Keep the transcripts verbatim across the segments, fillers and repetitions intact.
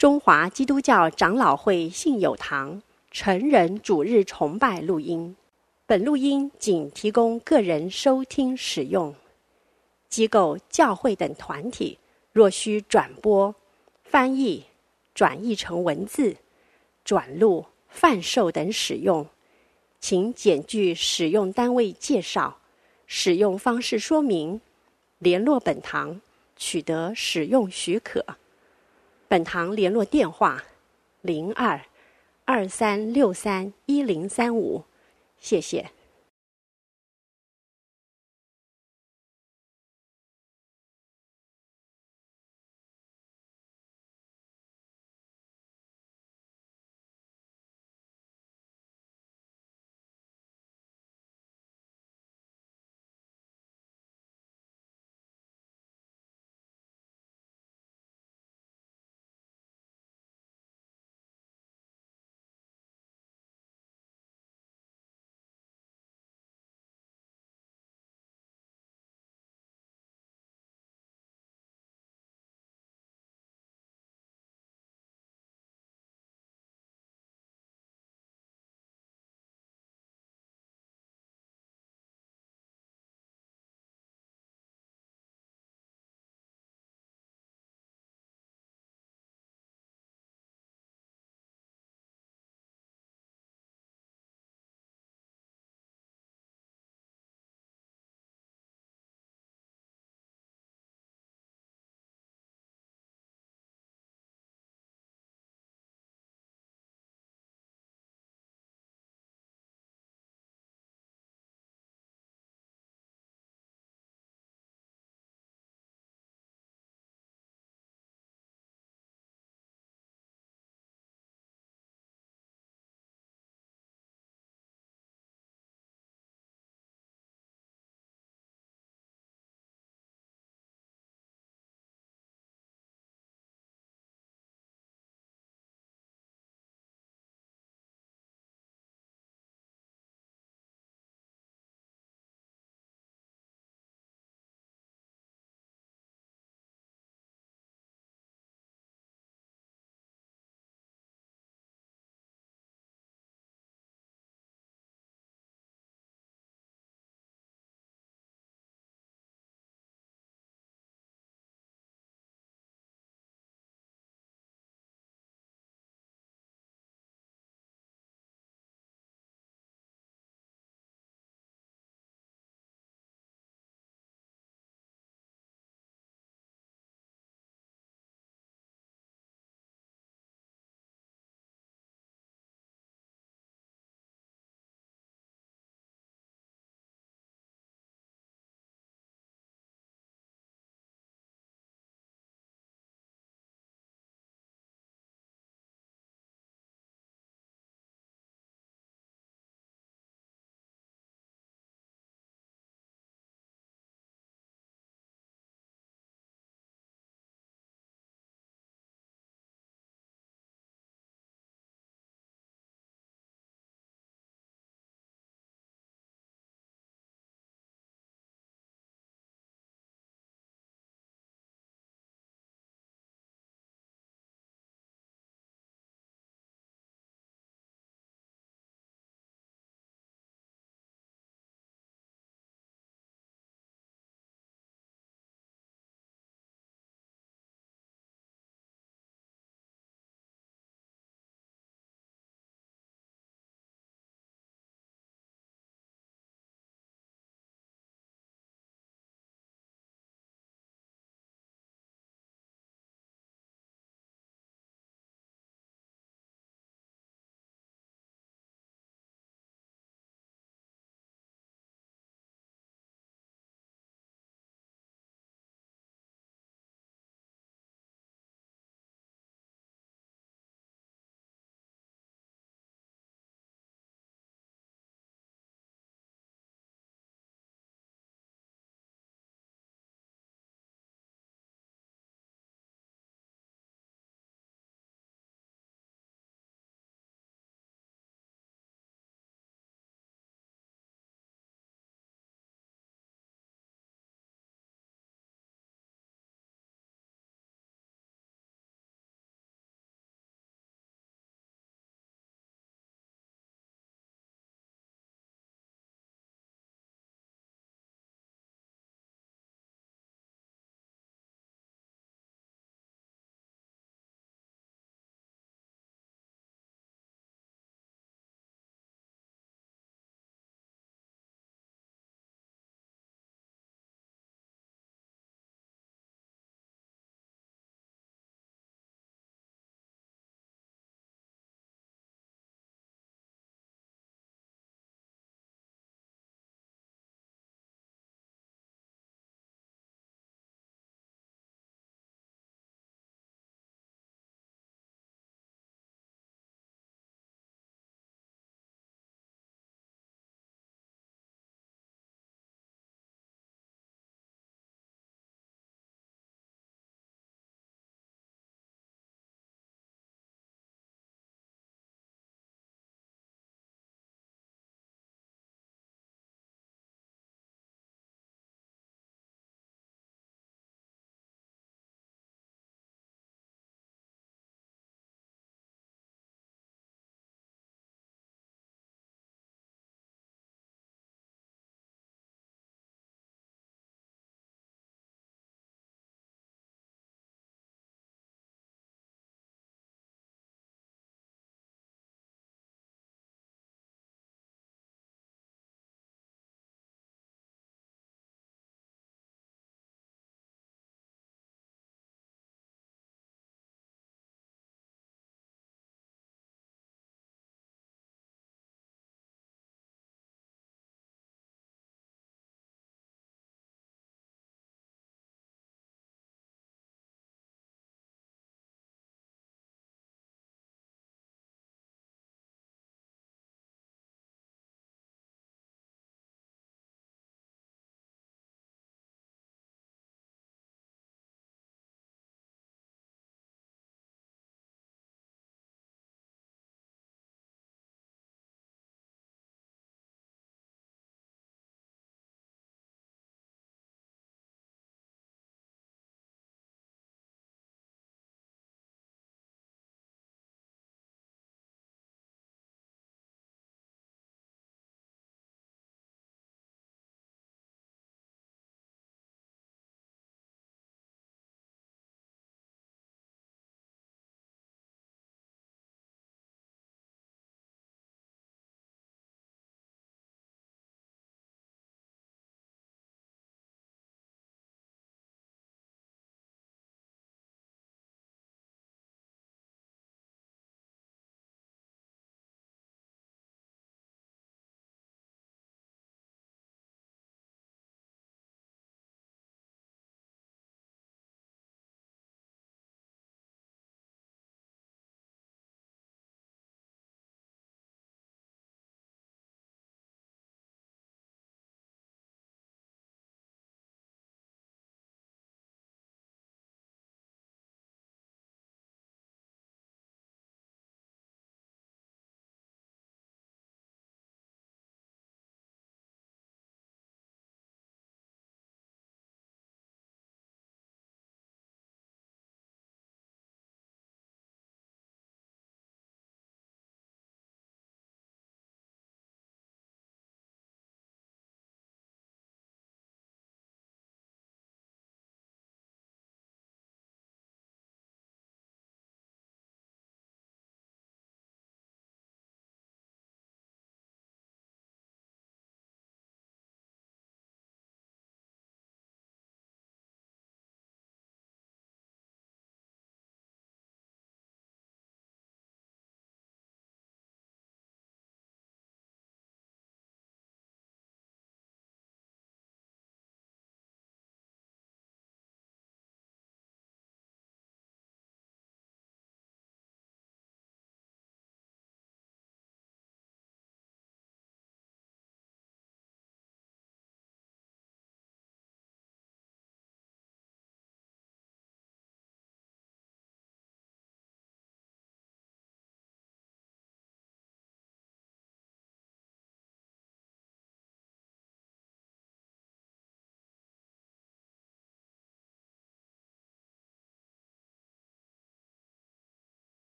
中华基督教长老会信友堂成人主日崇拜录音。本录音仅提供个人收听使用，机构、教会等团体若需转播、翻译、转译成文字、转录、贩售等使用，请检具使用单位介绍、使用方式说明，联络本堂取得使用许可。本堂联络电话：零二二三六三一零三五，谢谢。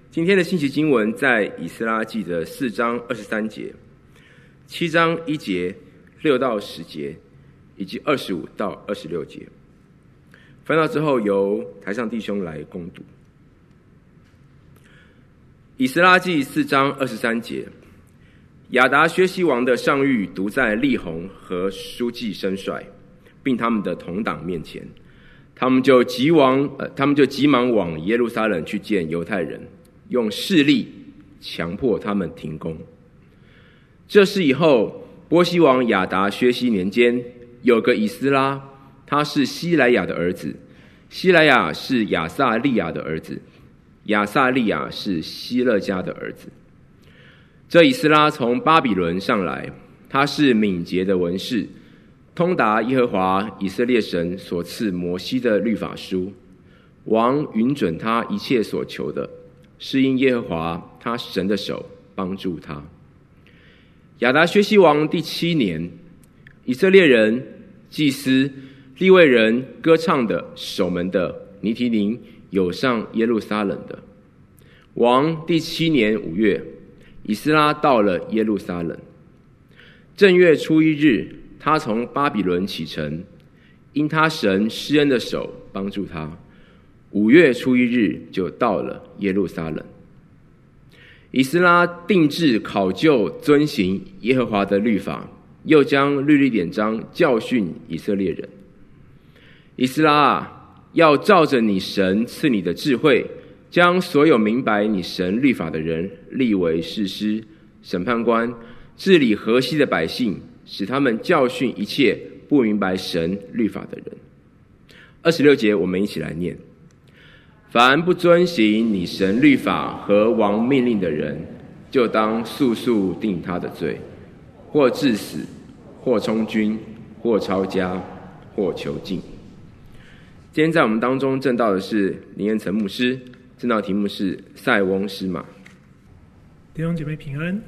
今天的信息经文在以斯拉记的四章二十三节、七章一节、六到十节，以及二十五到二十六节。翻到之后，由台上弟兄来攻读。以斯拉记四章二十三节，亚达薛西王的上谕读在利宏和书记申帅，并他们的同党面前，他们就急往呃，他们就急忙往耶路撒冷去见犹太人，用势力强迫他们停工。这事以后，波西王亚达薛西年间，有个以斯拉，他是希莱亚的儿子，希莱亚是亚撒利亚的儿子，亚撒利亚是希勒家的儿子。这以斯拉从巴比伦上来，他是敏捷的文士，通达耶和华以色列神所赐摩西的律法书。王允准他一切所求的，是因耶和华他神的手帮助他。亚达薛西王第七年，以色列人、祭司、利未人、歌唱的、守门的、尼提宁有上耶路撒冷的。王第七年五月，以斯拉到了耶路撒冷。正月初一日，他从巴比伦启程，因他神施恩的手帮助他。五月初一日就到了耶路撒冷。以斯拉定志考究遵行耶和华的律法，又将律例典章教训以色列人。以斯拉啊，要照着你神赐你的智慧，将所有明白你神律法的人立为士师、审判官，治理河西的百姓，使他们教训一切不明白神律法的人。二十六节，我们一起来念：凡不遵行你神律法和王命令的人，就当速速定他的罪，或治死，或充军，或抄家，或囚禁。今天在我们当中证道的是林彦成牧师，证道题目是塞翁失马。 弟兄姐妹平安。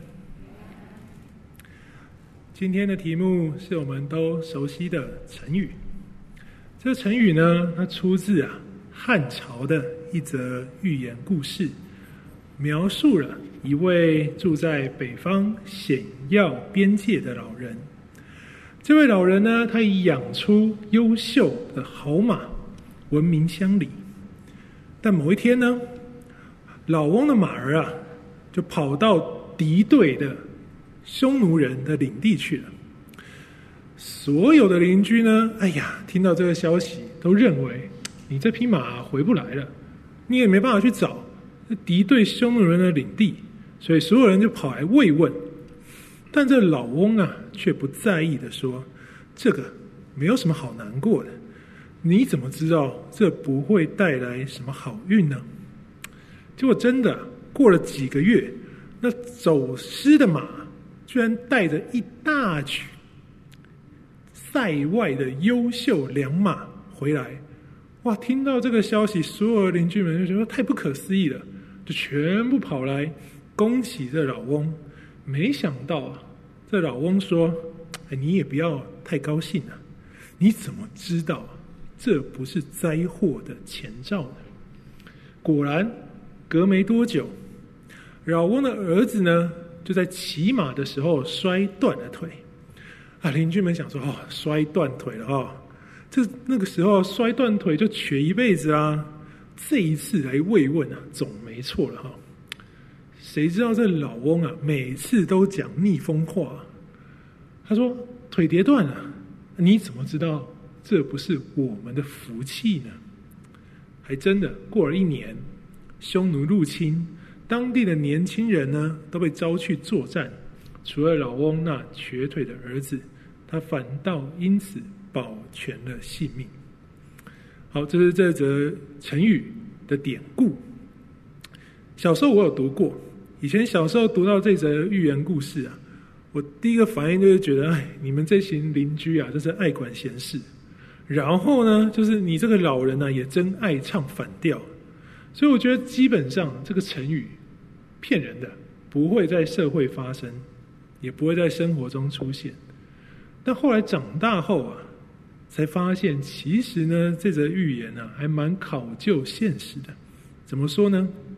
今天的题目是我们都熟悉的成语。这个成语呢，它出自啊汉朝的一则寓言故事，描述了一位住在北方险要边界的老人。这位老人呢，他以养出优秀的好马闻名乡里。但某一天呢，老翁的马儿啊，就跑到敌对的匈奴人的领地去了。所有的邻居呢，哎呀，听到这个消息，都认为你这匹马回不来了，你也没办法去找敌对匈奴人的领地，所以所有人就跑来慰问。但这老翁啊，却不在意的说：“这个没有什么好难过的，你怎么知道这不会带来什么好运呢？”结果真的过了几个月，那走失的马居然带着一大群塞外的优秀良马回来。哇！听到这个消息，所有的邻居们就觉得太不可思议了，就全部跑来恭喜这老翁。没想到啊，这老翁说：“哎，你也不要太高兴啊，你怎么知道这不是灾祸的前兆呢？”果然，隔没多久，老翁的儿子呢，就在骑马的时候摔断了腿。啊，邻居们想说：“哦，摔断腿了哦。”这那个时候摔断腿就瘸一辈子啊！这一次来慰问啊，总没错了哈。谁知道这老翁啊，每次都讲逆风话。他说：“腿跌断了，你怎么知道这不是我们的福气呢？”还真的过了一年，匈奴入侵，当地的年轻人呢都被招去作战，除了老翁那瘸腿的儿子，他反倒因此保全了性命。好，这是这则成语的典故。小时候我有读过，以前小时候读到这则寓言故事啊，我第一个反应就是觉得，哎，你们这群邻居啊，真是爱管闲事。然后呢，就是你这个老人呢、啊，也真爱唱反调。所以我觉得基本上这个成语骗人的，不会在社会发生，也不会在生活中出现。但后来长大后啊，才发现其实呢，这则寓言啊，还蛮考究现实的。怎么说呢？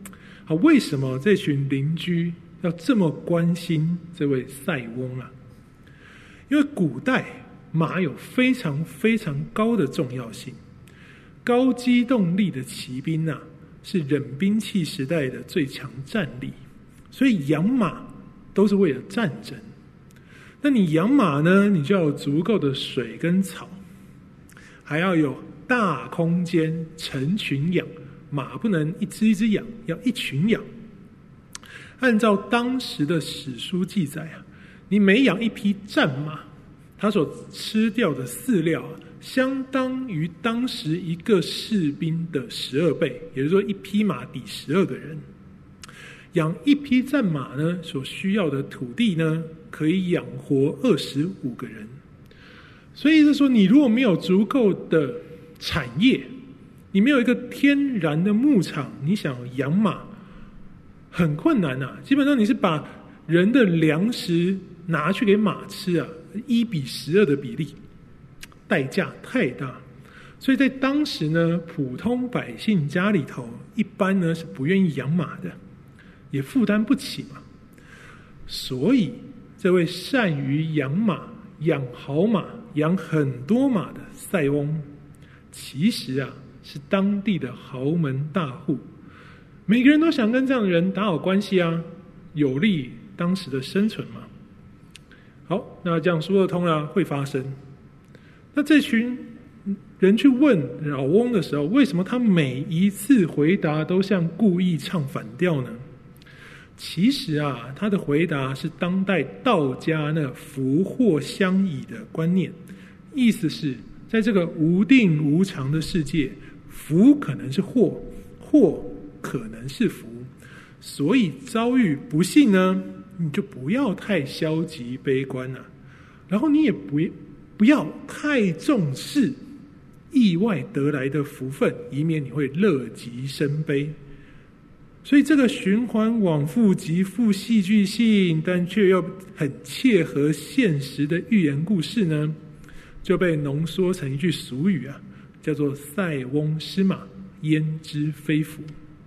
好，为什么这群邻居要这么关心这位塞翁啊？因为古代马有非常非常高的重要性，高机动力的骑兵啊，是冷兵器时代的最强战力，所以养马都是为了战争。那你养马呢，你就要有足够的水跟草，还要有大空间成群养，马不能一只一只养，要一群养。按照当时的史书记载啊，你每养一匹战马，它所吃掉的饲料啊，相当于当时一个士兵的十二倍，也就是说一匹马抵十二个人。养一匹战马呢，所需要的土地呢，可以养活二十五个人。所以是说，你如果没有足够的产业，你没有一个天然的牧场，你想养马很困难啊。基本上你是把人的粮食拿去给马吃啊，一比十二的比例，代价太大。所以在当时呢，普通百姓家里头一般呢是不愿意养马的，也负担不起嘛。所以这位善于养马、养好马、养很多马的塞翁，其实啊是当地的豪门大户，每个人都想跟这样的人打好关系啊，有利当时的生存嘛。好，那这样说得通了，会发生。那这群人去问老翁的时候，为什么他每一次回答都像故意唱反调呢？其实啊，他的回答是当代道家那福祸相倚的观念，意思是在这个无定无常的世界，福可能是祸，祸可能是福，所以遭遇不幸呢，你就不要太消极悲观啊，然后你也不不要太重视意外得来的福分，以免你会乐极生悲。所以这个循环往复、极富戏剧性，但却又很切合现实的寓言故事呢，就被浓缩成一句俗语啊，叫做塞翁失马，焉知非福。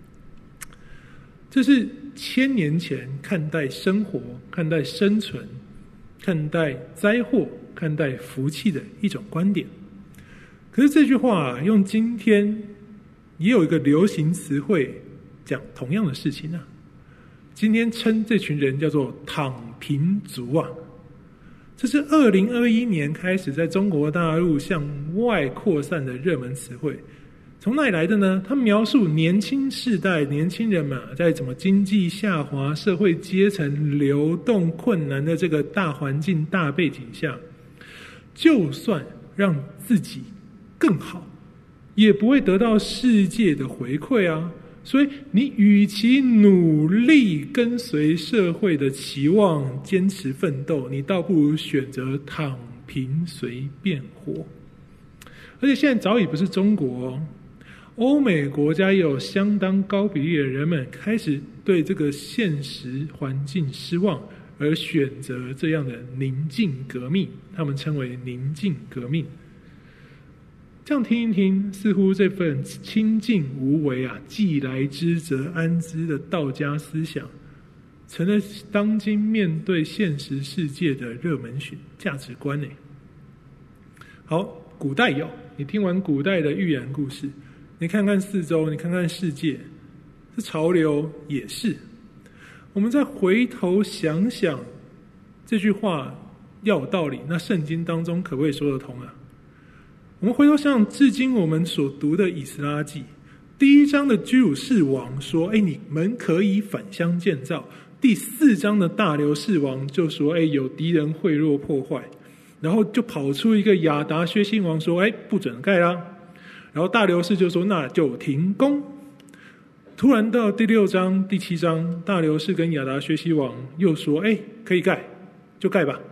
这是千年前看待生活、看待生存、看待灾祸、看待福气的一种观点。可是这句话啊，用今天也有一个流行词汇讲同样的事情啊。今天称这群人叫做躺平族啊。这是二零二一年开始在中国大陆向外扩散的热门词汇。从哪里来的呢？他描述年轻世代年轻人嘛，在怎么经济下滑、社会阶层流动困难的这个大环境、大背景下，就算让自己更好，也不会得到世界的回馈啊。所以你与其努力跟随社会的期望坚持奋斗，你倒不如选择躺平随便活。而且现在早已不是中国哦，欧美国家也有相当高比例的人们开始对这个现实环境失望，而选择这样的宁静革命，他们称为宁静革命。这样听一听，似乎这份清静无为啊，既来之则安之的道家思想，成了当今面对现实世界的热门价值观呢。好，古代有，你听完古代的寓言故事，你看看四周，你看看世界，这潮流也是。我们再回头想想这句话要有道理，那圣经当中可不可以说得通啊？我们回头想想，至今我们所读的以斯拉记，第一章的居鲁士王说：“哎，你们可以返乡建造。”第四章的大流士王就说：“哎，有敌人贿赂破坏。”然后就跑出一个亚达薛西王说：“哎，不准盖啦。”然后大流士就说：“那就停工。”突然到第六章、第七章，大流士跟亚达薛西王又说：“哎，可以盖，就盖吧。”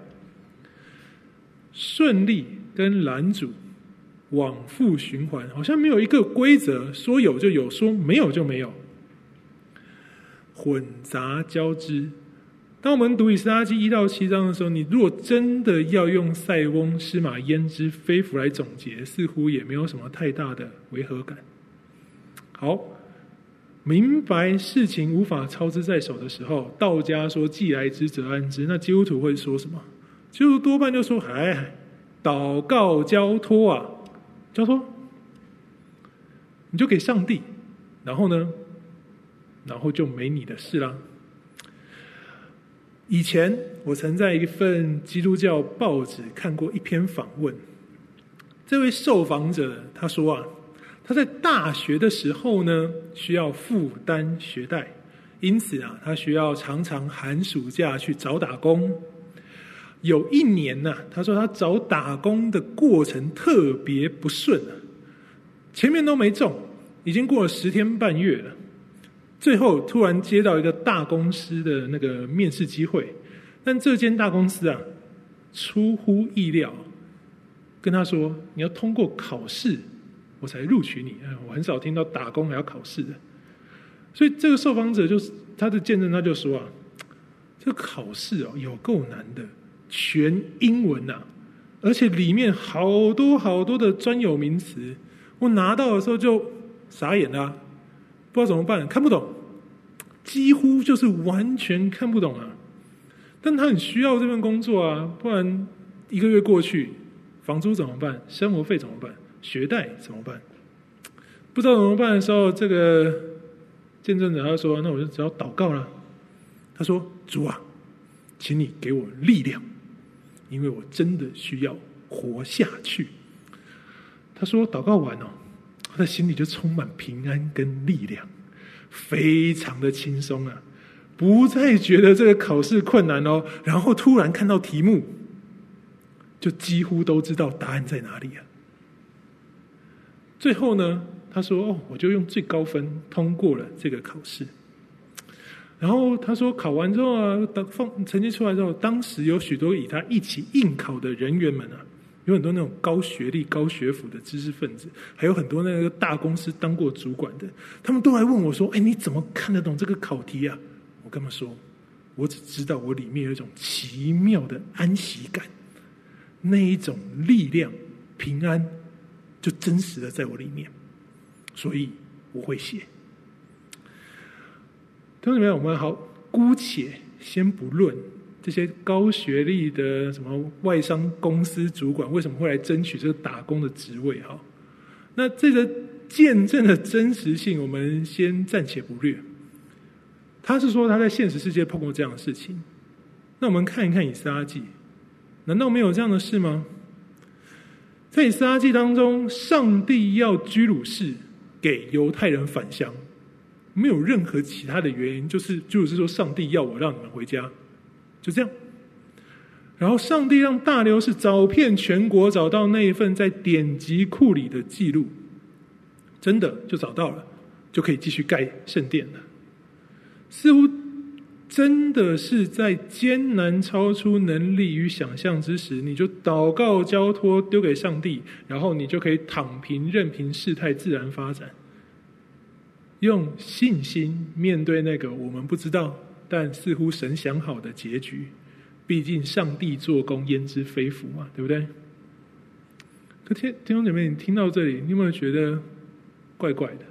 顺利跟拦阻往复循环，好像没有一个规则，说有就有，说没有就没有，混杂交织。当我们读以斯拉记一到七章的时候，你如果真的要用塞翁失马焉知非福来总结，似乎也没有什么太大的违和感。好， 明白事情无法操之在手的时候，道家说既来之则安之，那基督徒会说什么？基督徒多半就说：哎，祷告交托啊，交托，你就给上帝，然后呢，然后就没你的事啦。以前我曾在一份基督教报纸看过一篇访问，这位受访者他说啊，他在大学的时候呢，需要负担学贷，因此啊，他需要常常寒暑假去找打工。有一年呢、啊，他说他找打工的过程特别不顺啊，前面都没中，已经过了十天半月了。最后突然接到一个大公司的那个面试机会，但这间大公司啊，出乎意料，跟他说你要通过考试我才录取你。我很少听到打工还要考试的，所以这个受访者就是他的见证，他就说啊，这个考试哦有够难的，全英文啊，而且里面好多好多的专有名词，我拿到的时候就傻眼啦、啊，不知道怎么办，看不懂，几乎就是完全看不懂啊。但他很需要这份工作啊，不然一个月过去，房租怎么办？生活费怎么办？学贷怎么办？不知道怎么办的时候，这个见证者他说：“那我就只要祷告了。”他说：“主啊，请你给我力量，因为我真的需要活下去。”他说：“祷告完哦，他的心里就充满平安跟力量，非常的轻松啊，不再觉得这个考试困难哦。然后突然看到题目，就几乎都知道答案在哪里啊。最后呢，他说：“哦，我就用最高分通过了这个考试。”然后他说，考完之后啊，放成绩出来之后，当时有许多与他一起应考的人员们啊，有很多那种高学历、高学府的知识分子，还有很多那个大公司当过主管的，他们都来问我说：“哎，你怎么看得懂这个考题啊？”我跟他们说：“我只知道我里面有一种奇妙的安息感，那一种力量、平安，就真实的在我里面，所以我会写。”同学们，我们好，姑且先不论这些高学历的什么外商公司主管为什么会来争取这个打工的职位哈？那这个见证的真实性，我们先暂且不略。他是说他在现实世界碰过这样的事情，那我们看一看以斯拉记，难道没有这样的事吗？在以斯拉记当中，上帝要居鲁士给犹太人返乡，没有任何其他的原因，就是居鲁士说上帝要我让你们回家，就这样。然后上帝让大流士找遍全国，找到那一份在典籍库里的记录，真的就找到了，就可以继续盖圣殿了。似乎真的是在艰难超出能力与想象之时，你就祷告交托丢给上帝，然后你就可以躺平，任凭事态自然发展，用信心面对那个我们不知道但似乎神想好的结局。毕竟上帝做工焉知非福嘛，对不对？可听弟兄姐妹，你听到这里，你有没有觉得怪怪的？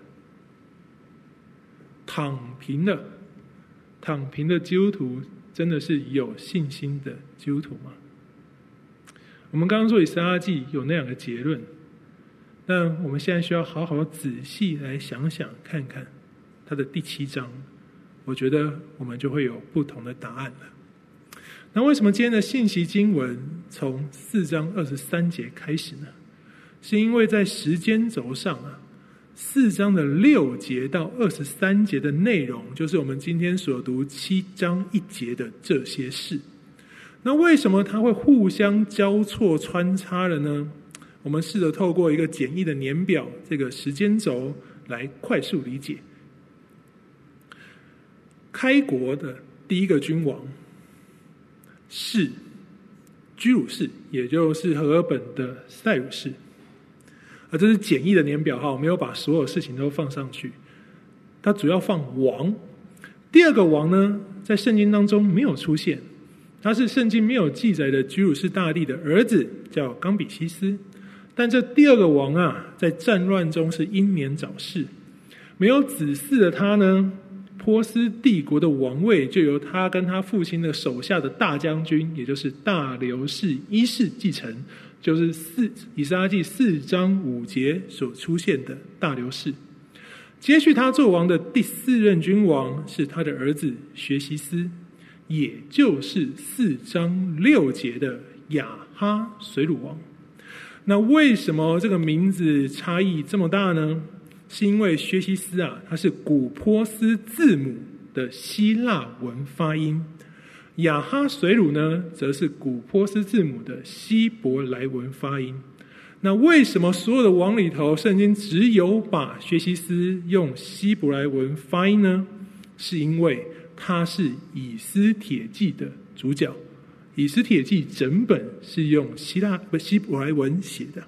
躺平了躺平的基督徒真的是有信心的基督徒吗？我们刚刚说以斯拉记有那两个结论，那我们现在需要好好仔细来想想看看它的第七章，我觉得我们就会有不同的答案了。那为什么今天的信息经文从四章二十三节开始呢？是因为在时间轴上啊，四章的六节到二十三节的内容，就是我们今天所读七章一节的这些事。那为什么它会互相交错穿插了呢？我们试着透过一个简易的年表，这个时间轴来快速理解。开国的第一个君王是居鲁士，也就是和尔本的塞鲁士。啊，这是简易的年表哈，我没有把所有事情都放上去。它主要放王。第二个王呢，在圣经当中没有出现，他是圣经没有记载的居鲁士大帝的儿子，叫冈比西斯。但这第二个王啊，在战乱中是英年早逝。 没有子嗣的他呢，波斯帝国的王位就由他跟他父亲的手下的大将军，也就是大流士一世继承，就是四以斯拉记四章五节所出现的大流士。接续他做王的第四任君王是他的儿子学习斯，也就是四章六节的亚哈随鲁王。那为什么这个名字差异这么大呢？是因为学习斯啊，它是古波斯字母的希腊文发音，亚哈随鲁呢，则是古波斯字母的希伯来文发音。那为什么所有的王里头，圣经只有把学习斯用希伯来文发音呢？是因为它是以斯帖记的主角，以斯帖记整本是用希腊不希伯来文写的。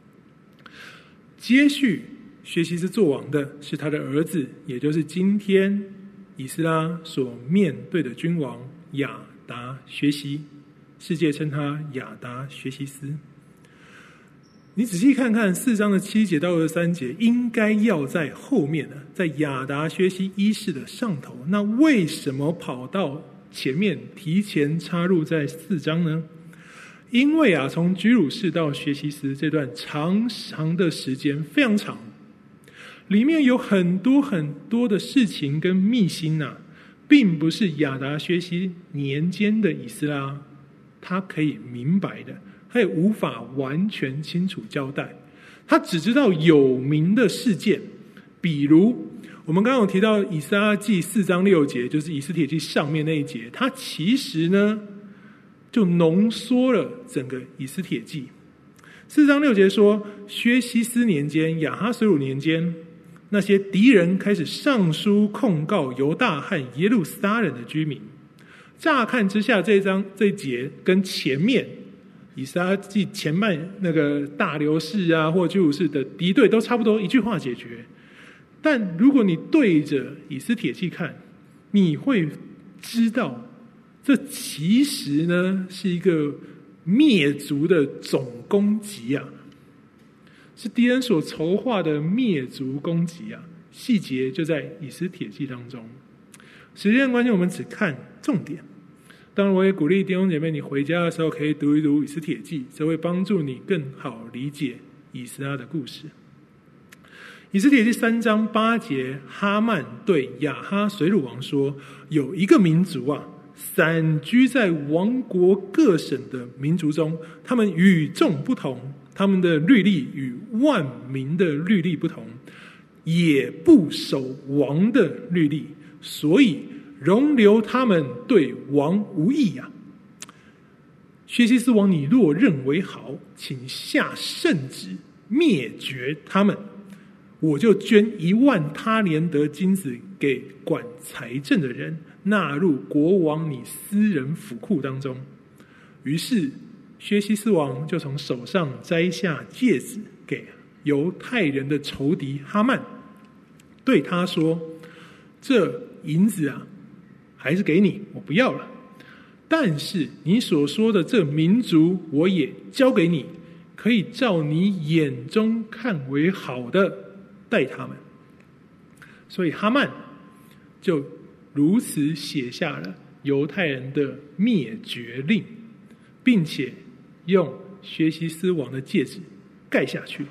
接续学习斯做王的是他的儿子，也就是今天以斯拉所面对的君王亚达学习，世界称他亚达学习斯。你仔细看看四章的七节到二十三节，应该要在后面的，在亚达学习一世的上头。那为什么跑到前面提前插入在四章呢？因为啊，从居鲁士到学习斯这段长长的时间非常长，里面有很多很多的事情跟秘辛啊，并不是亚达学习年间的以斯拉他可以明白的，他也无法完全清楚交代。他只知道有名的事件，比如我们刚刚有提到以斯拉记四章六节，就是以斯帖记上面那一节，他其实呢就浓缩了整个以斯帖记。四章六节说，薛西斯年间，亚哈随鲁年间，那些敌人开始上书控告犹大和耶路撒冷的居民。乍看之下，这一章这一节跟前面以斯拉记前半那个大流士啊或居鲁士的敌对都差不多，一句话解决。但如果你对着以斯帖记看，你会知道这其实呢是一个灭族的总攻击啊，是敌人所筹划的灭族攻击啊，细节就在以斯帖记当中。时间关系，我们只看重点。当然，我也鼓励弟兄姐妹，你回家的时候可以读一读以斯帖记，这会帮助你更好理解以斯拉的故事。以斯帖记三章八节，哈曼对亚哈随鲁王说：“有一个民族啊，散居在王国各省的民族中，他们与众不同，他们的律例与万民的律例不同，也不守王的律例，所以容留他们对王无益啊。薛西斯王，你若认为好，请下圣旨灭绝他们，我就捐一万他连得金子给管财政的人，纳入国王你私人府库当中。”于是薛西斯王就从手上摘下戒指，给犹太人的仇敌哈曼，对他说：“这银子啊，还是给你，我不要了。但是你所说的这民族，我也交给你，可以照你眼中看为好的待他们。”所以哈曼就如此写下了犹太人的灭绝令，并且用薛西斯王的戒指盖下去。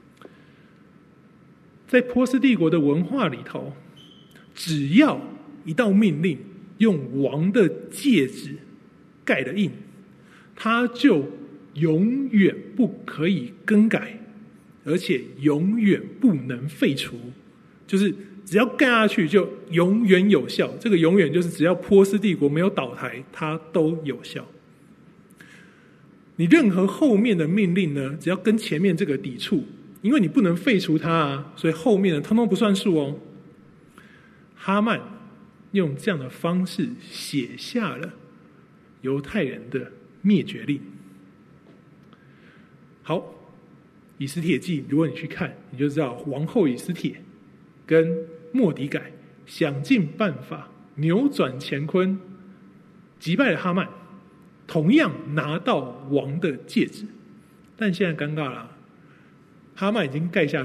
在波斯帝国的文化里头，只要一道命令用王的戒指盖了印，它就永远不可以更改，而且永远不能废除，就是只要盖下去就永远有效。这个永远就是只要波斯帝国没有倒台，它都有效。你任何后面的命令呢，只要跟前面这个抵触，因为你不能废除它啊，所以后面的通通不算数哦。哈曼用这样的方式写下了犹太人的灭绝令。好，以斯帖记，如果你去看，你就知道王后以斯帖跟末底改想尽办法扭转乾坤，击败了哈曼，同样拿到王的戒指。但现在尴尬了，哈曼已经盖下去了，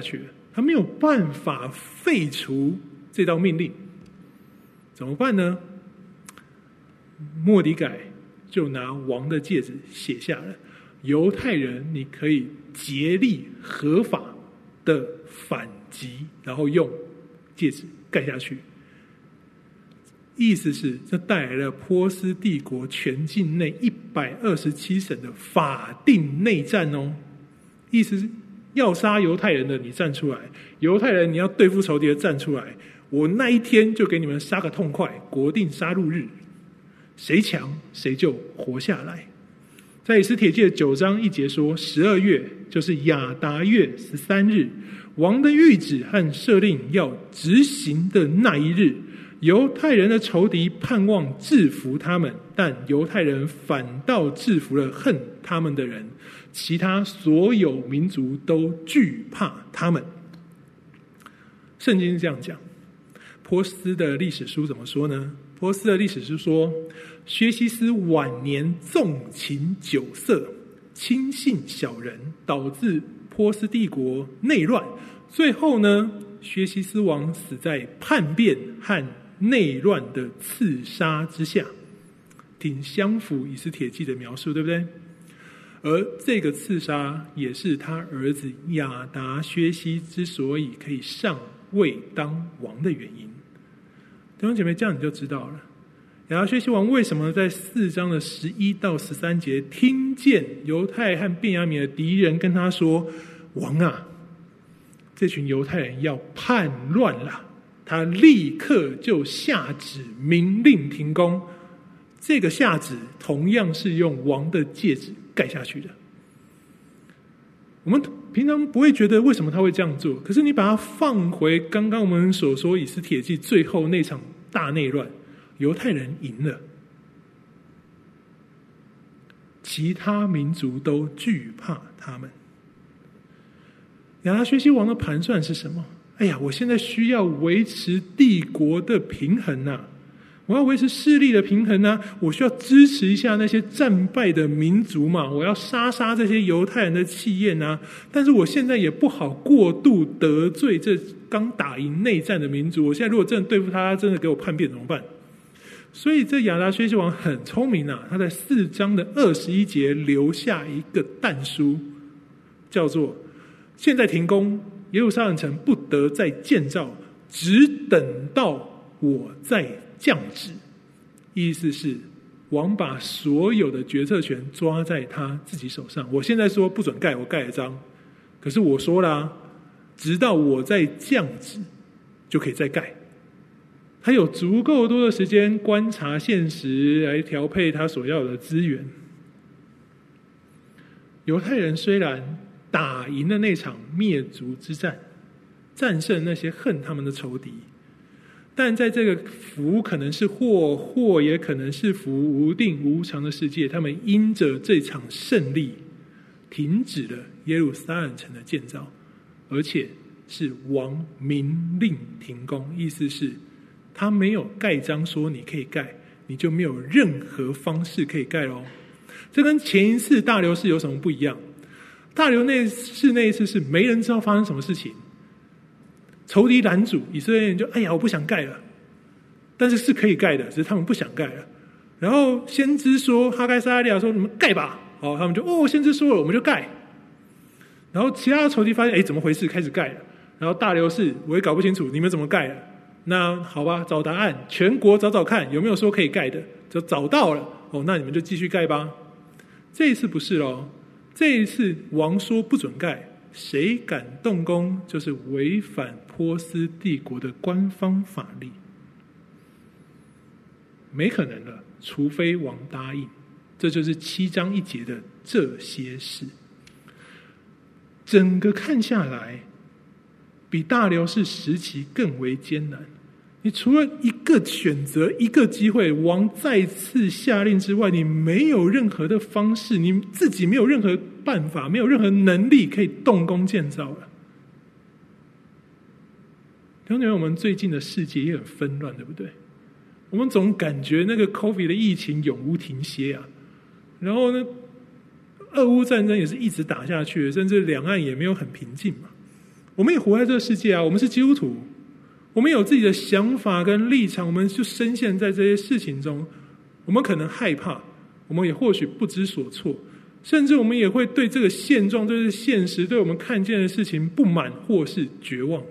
他没有办法废除这道命令，怎么办呢？末底改就拿王的戒指写下了，犹太人你可以竭力合法的反击，然后用戒指盖下去。意思是这带来了波斯帝国全境内一百二十七省的法定内战哦。意思是要杀犹太人的你站出来，犹太人你要对付仇敌的站出来，我那一天就给你们杀个痛快，国定杀戮日，谁强谁就活下来。在以斯帖记的九章一节说，十二月就是亚达月十三日，王的谕旨和赦令要执行的那一日，犹太人的仇敌盼望制服他们，但犹太人反倒制服了恨他们的人，其他所有民族都惧怕他们。圣经是这样讲。波斯的历史书怎么说呢？波斯的历史书说，薛西斯晚年纵情酒色，轻信小人，导致波斯帝国内乱。最后呢，薛西斯王死在叛变和内乱的刺杀之下，挺相符以斯帖记的描述，对不对？而这个刺杀也是他儿子亚达薛西之所以可以上位当王的原因。弟兄姐妹，这样你就知道了，亚达薛西王为什么在四章的十一到十三节听见犹太和便雅悯的敌人跟他说，王啊，这群犹太人要叛乱了，他立刻就下旨明令停工。这个下旨同样是用王的戒指盖下去的。我们平常不会觉得为什么他会这样做，可是你把它放回刚刚我们所说以斯帖记最后那场大内乱，犹太人赢了，其他民族都惧怕他们。亚达薛西王的盘算是什么？哎呀，我现在需要维持帝国的平衡啊，我要维持势力的平衡啊，我需要支持一下那些战败的民族嘛，我要杀杀这些犹太人的气焰啊。但是我现在也不好过度得罪这刚打赢内战的民族，我现在如果真的对付他，他真的给我叛变怎么办？所以这亚达薛西王很聪明啊，他在四章的二十一节留下一个但书，叫做现在停工，耶路撒冷城不得再建造，只等到我再降旨。意思是王把所有的决策权抓在他自己手上。我现在说不准盖，我盖了章，可是我说了、啊、直到我再降旨就可以再盖。他有足够多的时间观察现实，来调配他所要的资源。犹太人虽然打赢了那场灭族之战，战胜那些恨他们的仇敌，但在这个福可能是祸，祸也可能是福，无定无常的世界，他们因着这场胜利停止了耶路撒冷城的建造，而且是王明令停工。意思是他没有盖章说你可以盖，你就没有任何方式可以盖咯。这跟前一次大流士有什么不一样？大流士那一次是没人知道发生什么事情，仇敌拦阻，以色列人就哎呀我不想盖了，但是是可以盖的，只是他们不想盖了。然后先知说，哈该撒迦利亚说你们盖吧，好，他们就哦先知说了我们就盖。然后其他的仇敌发现哎怎么回事，开始盖了。然后大流士我也搞不清楚你们怎么盖了，那好吧，找答案，全国找找看有没有说可以盖的，就找到了，哦那你们就继续盖吧。这一次不是咯，这一次王说不准盖，谁敢动工就是违反波斯帝国的官方法律，没可能了，除非王答应。这就是七章一节的这些事。整个看下来，比大流士时期更为艰难。你除了一个选择，一个机会，王再次下令之外，你没有任何的方式，你自己没有任何办法，没有任何能力可以动工建造了。弟兄姐妹，我们最近的世界也很纷乱，对不对？我们总感觉那个 COVID 的疫情永无停歇啊，然后呢，俄乌战争也是一直打下去，甚至两岸也没有很平静嘛。 我们也活在这个世界啊，我们是基督徒，我们有自己的想法跟立场，我们就深陷在这些事情中，我们可能害怕，我们也或许不知所措，甚至我们也会对这个现状、对这个现实、对我们看见的事情不满或是绝望。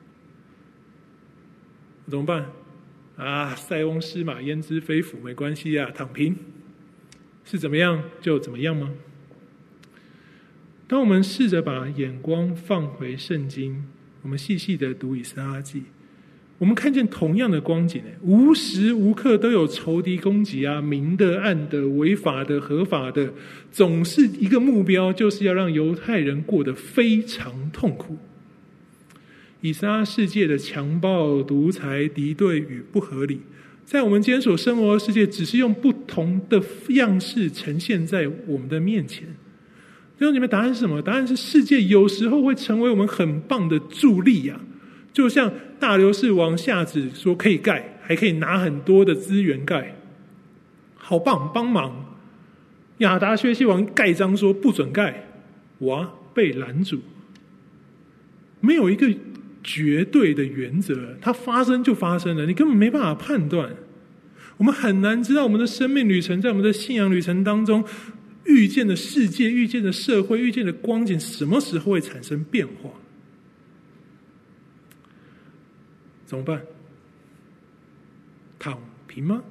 怎么办啊？塞翁失马焉知非福，没关系啊，躺平是怎么样就怎么样吗？当我们试着把眼光放回圣经，我们细细的读以斯拉记，我们看见同样的光景，无时无刻都有仇敌攻击啊，明的、暗的、违法的、合法的，总是一个目标，就是要让犹太人过得非常痛苦。以斯拉世界的强暴、独裁、敌对与不合理，在我们今天所生活的世界，只是用不同的样式呈现在我们的面前。弟兄姐妹，答案是什么？答案是世界有时候会成为我们很棒的助力啊！就像大流士王下旨说可以盖，还可以拿很多的资源盖，好棒，帮忙。亚达薛西王盖章说不准盖，哇，被拦阻。没有一个绝对的原则，它发生就发生了，你根本没办法判断。我们很难知道我们的生命旅程，在我们的信仰旅程当中，遇见的世界、遇见的社会、遇见的光景，什么时候会产生变化？怎么办？躺平吗？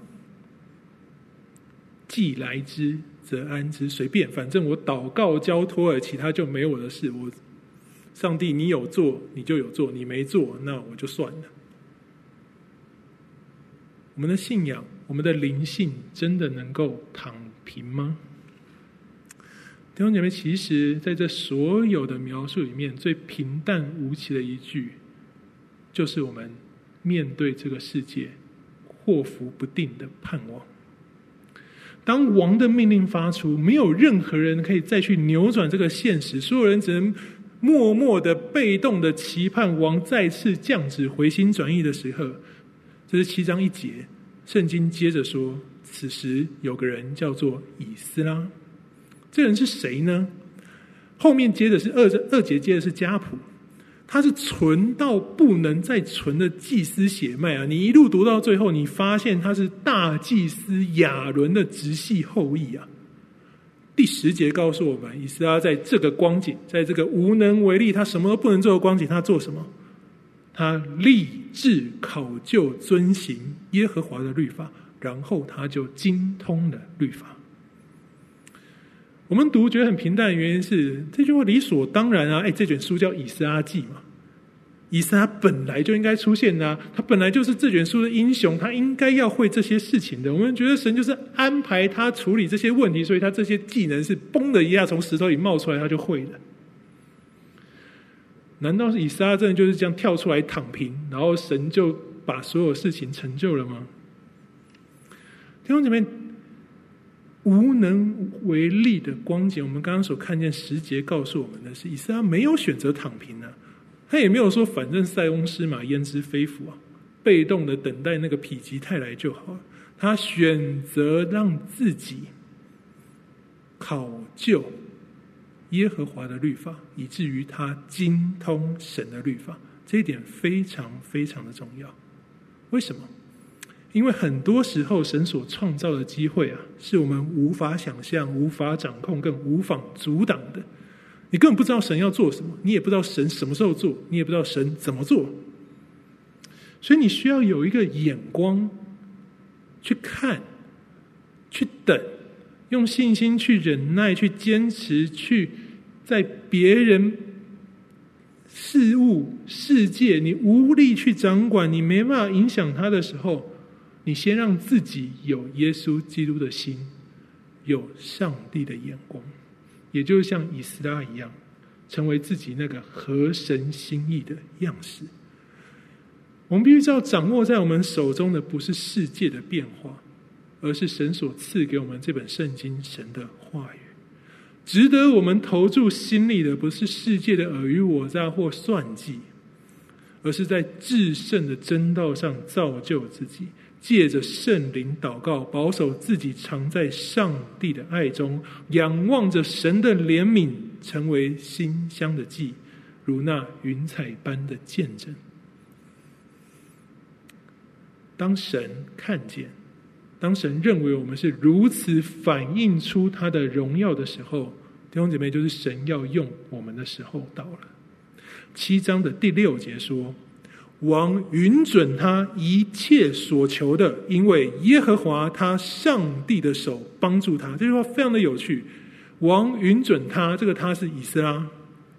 既来之则安之，随便，反正我祷告交托了，其他就没我的事。我上帝，你有做你就有做，你没做那我就算了。我们的信仰，我们的灵性，真的能够躺平吗？弟兄姐妹，其实在这所有的描述里面，最平淡无奇的一句，就是我们面对这个世界祸福不定的盼望。当王的命令发出，没有任何人可以再去扭转这个现实，所有人只能默默的、被动的期盼王再次降旨回心转意的时候。这是七章一节，圣经接着说，此时有个人叫做以斯拉。这人是谁呢？后面接的是二二节，接的是家谱，他是纯到不能再纯的祭司血脉啊！你一路读到最后，你发现他是大祭司亚伦的直系后裔啊！第十节告诉我们，以斯拉在这个光景，在这个无能为力、他什么都不能做的光景，他做什么？他立志考究遵行耶和华的律法，然后他就精通了律法。我们读觉得很平淡的原因是，这句话理所当然啊！哎，这卷书叫以斯拉记嘛，以斯拉本来就应该出现啊，他本来就是这卷书的英雄，他应该要会这些事情的。我们觉得神就是安排他处理这些问题，所以他这些技能是嘣的一下从石头里冒出来，他就会了。难道是以斯拉真的就是这样跳出来躺平，然后神就把所有事情成就了吗？弟兄姐妹，无能为力的光景，我们刚刚所看见十节告诉我们的是，以斯拉没有选择躺平啊，他也没有说反正塞翁失马焉知非福啊，被动的等待那个否极泰来就好了。他选择让自己考究耶和华的律法，以至于他精通神的律法，这一点非常非常的重要。为什么？因为很多时候神所创造的机会啊，是我们无法想象、无法掌控、更无法阻挡的。你根本不知道神要做什么，你也不知道神什么时候做，你也不知道神怎么做。所以你需要有一个眼光去看、去等，用信心去忍耐、去坚持，去在别人、事物、世界你无力去掌管，你没办法影响他的时候，你先让自己有耶稣基督的心，有上帝的眼光，也就是像以斯拉一样，成为自己那个合神心意的样式。我们必须知道，掌握在我们手中的不是世界的变化，而是神所赐给我们这本圣经神的话语。值得我们投注心力的，不是世界的尔虞我诈或算计，而是在至圣的真道上造就自己，借着圣灵祷告，保守自己藏在上帝的爱中，仰望着神的怜悯，成为馨香的祭， 如那云彩般的见证。当神看见，当神认为我们是如此反映出他的荣耀的时候，弟兄姐妹，就是神要用我们的时候到了。七章的第六节说，王允准他一切所求的，因为耶和华他上帝的手帮助他。这句话非常的有趣，王允准他，这个他是以斯拉，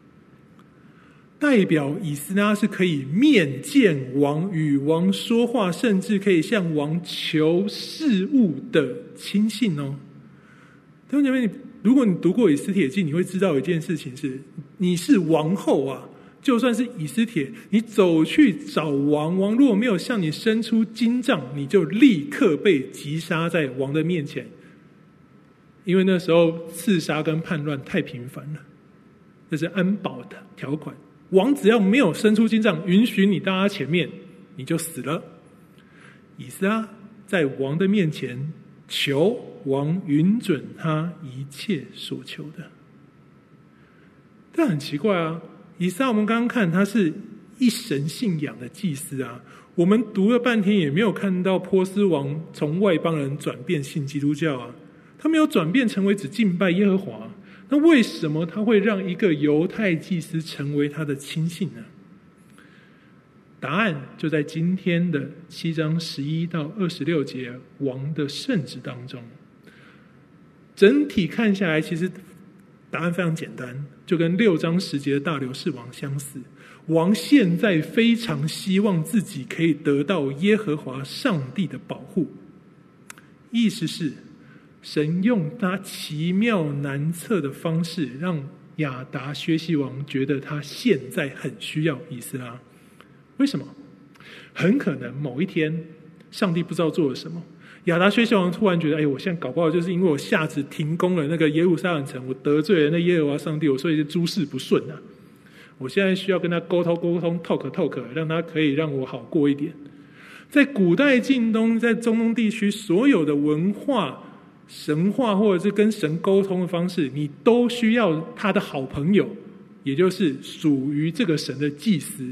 代表以斯拉是可以面见王，与王说话，甚至可以向王求事务的亲信哦。弟兄姐妹，如果你读过以斯帖记，你会知道一件事情是，你是王后啊，就算是以斯帖，你走去找王，王如果没有向你伸出金杖，你就立刻被击杀在王的面前，因为那时候刺杀跟叛乱太频繁了，这是安保的条款。王只要没有伸出金杖，允许你到他前面，你就死了。以斯拉在王的面前求王允准他一切所求的。但很奇怪啊，以斯拉我们刚刚看他是一神信仰的祭司啊，我们读了半天也没有看到波斯王从外邦人转变信基督教啊，他没有转变成为只敬拜耶和华。那为什么他会让一个犹太祭司成为他的亲信呢？答案就在今天的七章十一到二十六节王的圣旨当中。整体看下来，其实答案非常简单，就跟六章十节的大流士王相似。王现在非常希望自己可以得到耶和华上帝的保护，意思是神用他奇妙难测的方式，让亚达薛西王觉得他现在很需要以斯拉。为什么？很可能某一天，上帝不知道做了什么，亚达薛西王突然觉得，哎，我现在搞不好就是因为我下旨停工了那个耶路撒冷城，我得罪了那耶和华上帝，我所以诸事不顺啊。我现在需要跟他沟通沟通 talk talk， 让他可以让我好过一点。在古代近东，在中东地区，所有的文化神话或者是跟神沟通的方式，你都需要他的好朋友，也就是属于这个神的祭司。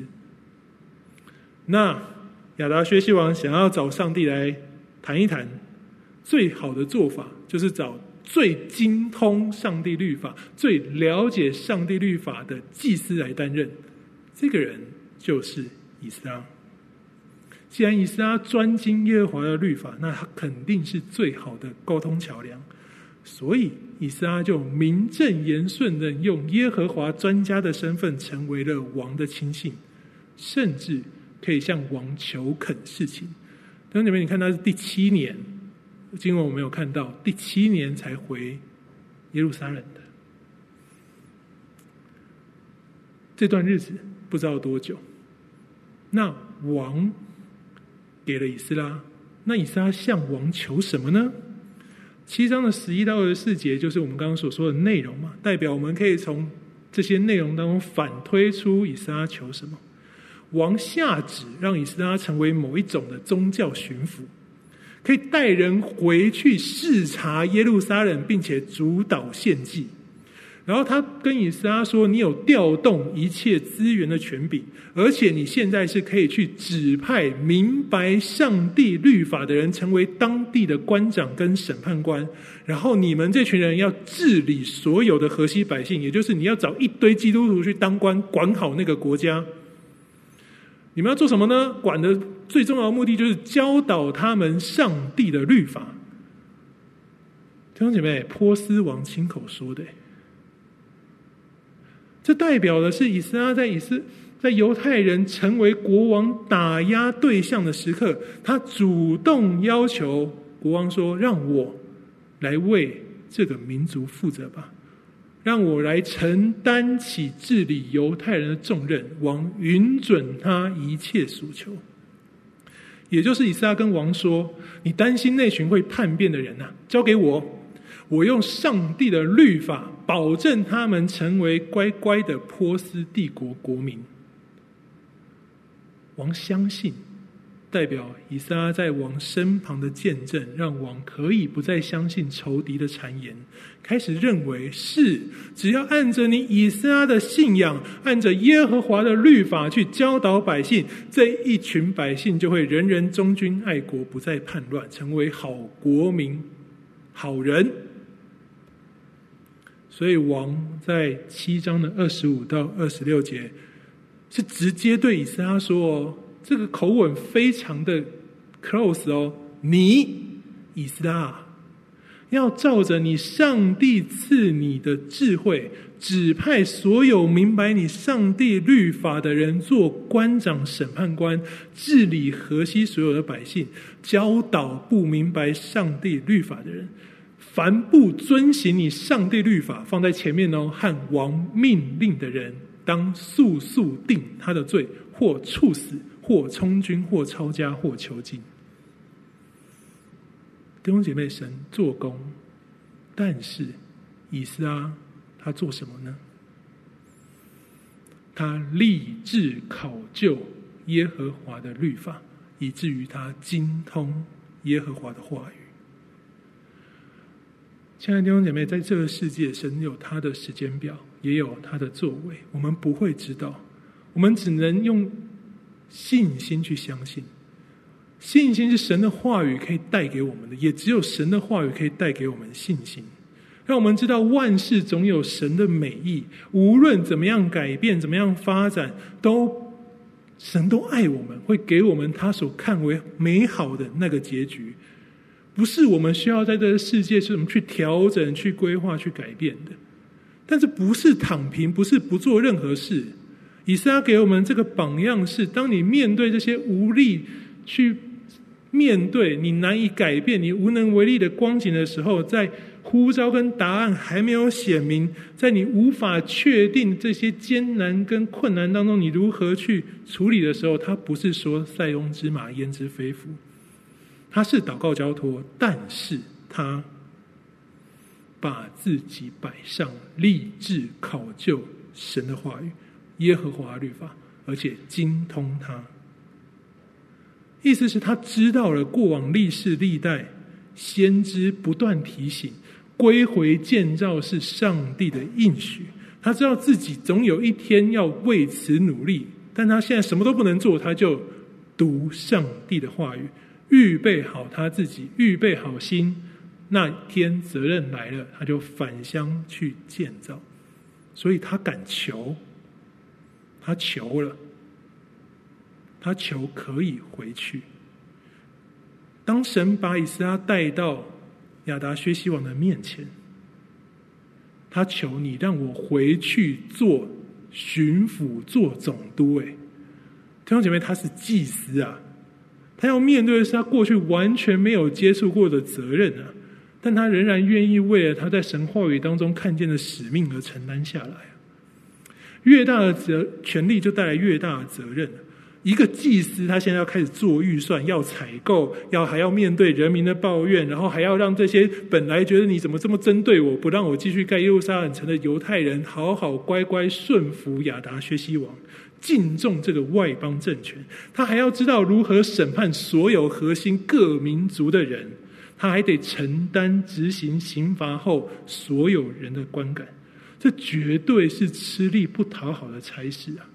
那亚达薛西王想要找上帝来谈一谈，最好的做法就是找最精通上帝律法、最了解上帝律法的祭司来担任。这个人就是以斯拉。既然以斯拉专精耶和华的律法，那他肯定是最好的沟通桥梁。所以以斯拉就名正言顺的用耶和华专家的身份成为了王的亲信，甚至可以向王求恳事情。弟兄姐妹，你看他是第七年，经文我没有看到，第七年才回耶路撒冷的。这段日子不知道多久，那王给了以斯拉，那以斯拉向王求什么呢？七章的十一到二十四节就是我们刚刚所说的内容嘛，代表我们可以从这些内容当中反推出以斯拉求什么。王下旨让以斯拉成为某一种的宗教巡抚，可以带人回去视察耶路撒冷，并且主导献祭。然后他跟以斯拉说，你有调动一切资源的权柄，而且你现在是可以去指派明白上帝律法的人成为当地的官长跟审判官，然后你们这群人要治理所有的河西百姓，也就是你要找一堆基督徒去当官，管好那个国家。你们要做什么呢？管的最重要的目的就是教导他们上帝的律法。弟兄姐妹，波斯王亲口说的，这代表的是以斯拉在以斯在犹太人成为国王打压对象的时刻，他主动要求国王说，让我来为这个民族负责吧，让我来承担起治理犹太人的重任，王允准他一切所求。也就是以斯拉跟王说，你担心那群会叛变的人啊，交给我，我用上帝的律法保证他们成为乖乖的波斯帝国国民。王相信代表以斯拉在王身旁的见证，让王可以不再相信仇敌的谗言，开始认为是只要按着你以斯拉的信仰，按着耶和华的律法去教导百姓，这一群百姓就会人人忠君爱国，不再叛乱，成为好国民、好人。所以王在七章的二十五到二十六节是直接对以斯拉说哦，这个口吻非常的 close 哦，你以斯拉要照着你上帝赐你的智慧，指派所有明白你上帝律法的人做官长、审判官，治理河西所有的百姓，教导不明白上帝律法的人。凡不遵行你上帝律法，放在前面哦，和王命令的人，当速速定他的罪，或处死，或充军，或抄家，或囚禁。弟兄姐妹，神做工，但是以斯拉他做什么呢？他立志考究耶和华的律法，以至于他精通耶和华的话语。亲爱的弟兄姐妹，在这个世界，神有他的时间表，也有他的作为，我们不会知道，我们只能用信心去相信。信心是神的话语可以带给我们的，也只有神的话语可以带给我们信心，让我们知道万事总有神的美意，无论怎么样改变，怎么样发展，都神都爱我们，会给我们他所看为美好的那个结局。不是我们需要在这个世界是我们去调整、去规划、去改变的。但是不是躺平，不是不做任何事。以斯拉给我们这个榜样是，当你面对这些无力去面对你难以改变、你无能为力的光景的时候，在呼召跟答案还没有显明，在你无法确定这些艰难跟困难当中你如何去处理的时候，他不是说塞翁之马焉知非福，他是祷告交托，但是他把自己摆上，立志考究神的话语、耶和华律法，而且精通它。意思是他知道了过往历世历代先知不断提醒，归回建造是上帝的应许，他知道自己总有一天要为此努力，但他现在什么都不能做，他就读上帝的话语，预备好他自己，预备好心，那天责任来了，他就返乡去建造。所以他敢求，他求了，他求可以回去。当神把以斯拉带到亚达薛西王的面前，他求你让我回去做巡抚、做总督。哎，弟兄姐妹，他是祭司啊，他要面对的是他过去完全没有接触过的责任啊，但他仍然愿意为了他在神话语当中看见的使命而承担下来。越大的责权力就带来越大的责任。一个祭司他现在要开始做预算，要采购，要还要面对人民的抱怨，然后还要让这些本来觉得你怎么这么针对我，不让我继续盖耶路撒冷城的犹太人好好乖乖顺服亚达薛西王，敬重这个外邦政权。他还要知道如何审判所有核心各民族的人，他还得承担执行刑罚后所有人的观感。这绝对是吃力不讨好的差事啊！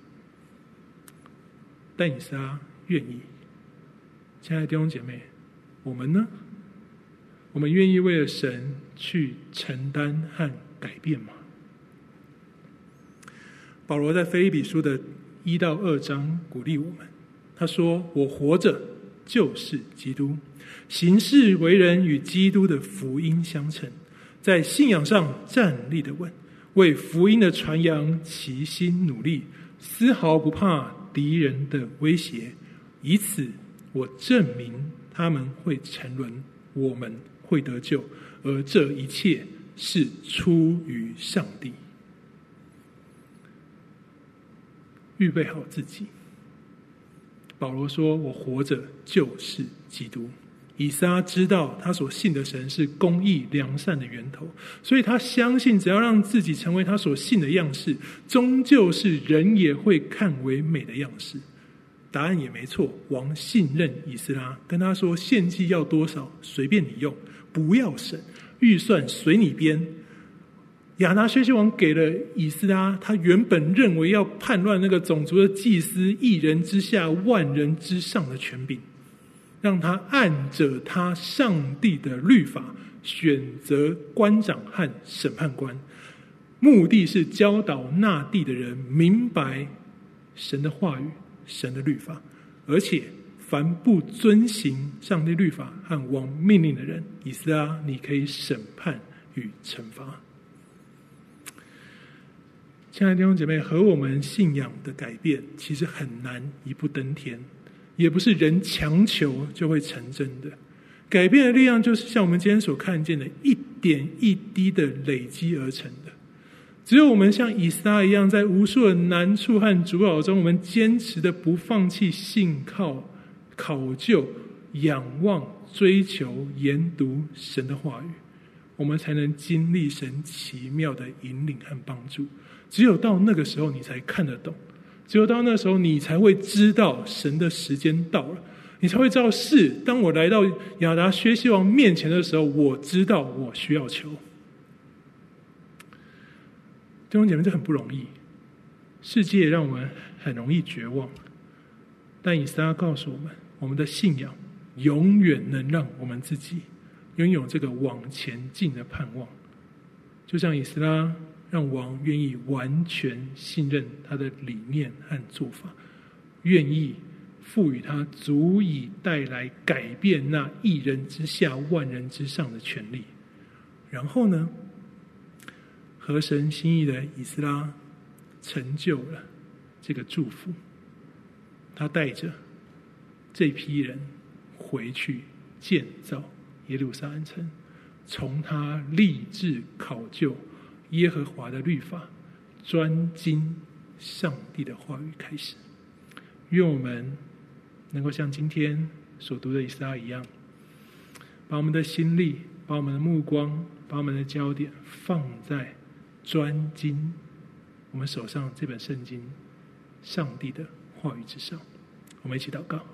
但以斯拉愿意。亲爱的弟兄姐妹，我们呢？我们愿意为了神去承担和改变吗？保罗在腓立比书的一到二章鼓励我们，他说：“我活着就是基督，行事为人与基督的福音相称，在信仰上站立得稳，为福音的传扬齐心努力，丝毫不怕敌人的威胁，以此我证明他们会沉沦，我们会得救，而这一切是出于上帝。”预备好自己。保罗说：“我活着就是基督。”以斯拉知道他所信的神是公义良善的源头，所以他相信只要让自己成为他所信的样式，终究是人也会看为美的样式。弟答案也没错，王信任以斯拉，跟他说献祭要多少随便你用，不要省，预算随你编。亚达薛西王给了以斯拉他原本认为要叛乱那个种族的祭司一人之下万人之上的权柄，让他按着他上帝的律法选择官长和审判官，目的是教导那地的人明白神的话语、神的律法，而且凡不遵行上帝律法和王命令的人，以斯拉你可以审判与惩罚。亲爱的弟兄姐妹，和我们信仰的改变其实很难一步登天，也不是人强求就会成真的。改变的力量就是像我们今天所看见的，一点一滴的累积而成的。只有我们像以斯拉一样，在无数的难处和阻扰中，我们坚持的不放弃信靠、考究、仰望、追求、研读神的话语，我们才能经历神奇妙的引领和帮助。只有到那个时候你才看得懂，只有到那时候你才会知道神的时间到了，你才会知道是当我来到亚达薛西王面前的时候，我知道我需要求。弟兄姐妹，这很不容易，世界让我们很容易绝望，但以斯拉告诉我们，我们的信仰永远能让我们自己拥有这个往前进的盼望。就像以斯拉让王愿意完全信任他的理念和做法，愿意赋予他足以带来改变那一人之下万人之上的权利。然后呢，合神心意的以斯拉成就了这个祝福，他带着这批人回去建造耶路撒冷城，从他立志考究耶和华的律法，专精上帝的话语开始。愿我们能够像今天所读的以斯拉一样，把我们的心力、把我们的目光、把我们的焦点放在专精我们手上这本圣经上帝的话语之上。我们一起祷告。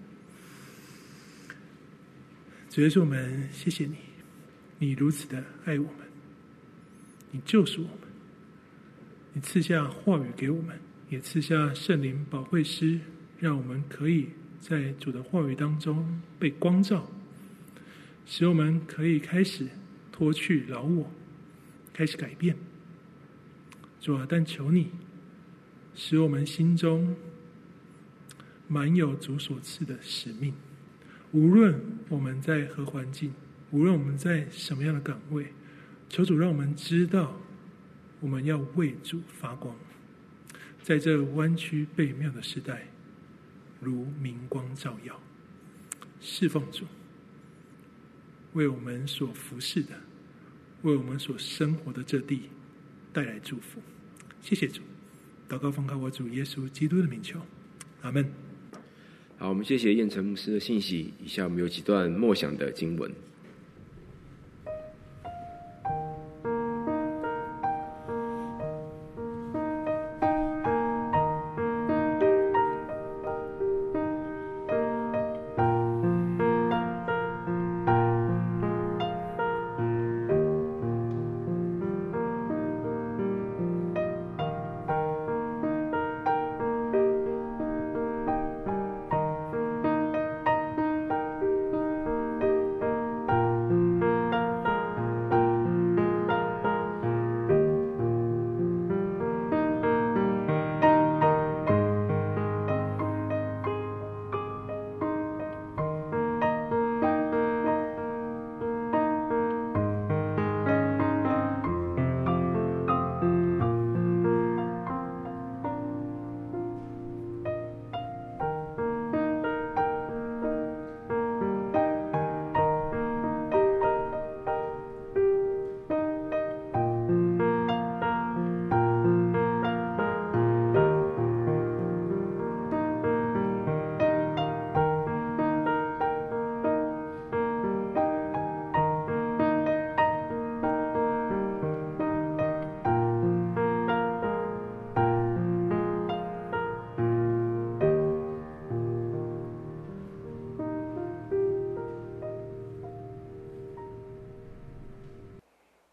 主耶稣，我们谢谢你，你如此的爱我们，你救赎我们，你赐下话语给我们，也赐下圣灵保惠师，让我们可以在主的话语当中被光照，使我们可以开始脱去老我，开始改变。主啊，但求你使我们心中满有主所赐的使命，无论我们在何环境，无论我们在什么样的岗位，求主让我们知道我们要为主发光，在这弯曲悖谬的时代如明光照耀，侍奉主，为我们所服侍的，为我们所生活的这地带来祝福。谢谢主，祷告奉靠我主耶稣基督的名求，阿们。 好，我们谢谢燕城牧师的信息。以下我们有几段默想的经文。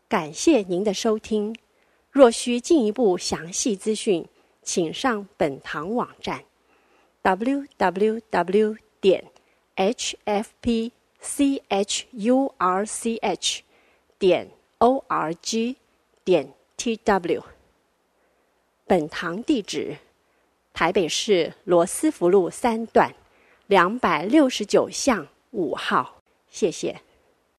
感谢您的收听。若需进一步详细资讯，请上本堂网站 double-u double-u double-u 点 h f p c h u r c h 点 o r g 点 t w。本堂地址：台北市罗斯福路三段两百六十九巷五号。谢谢。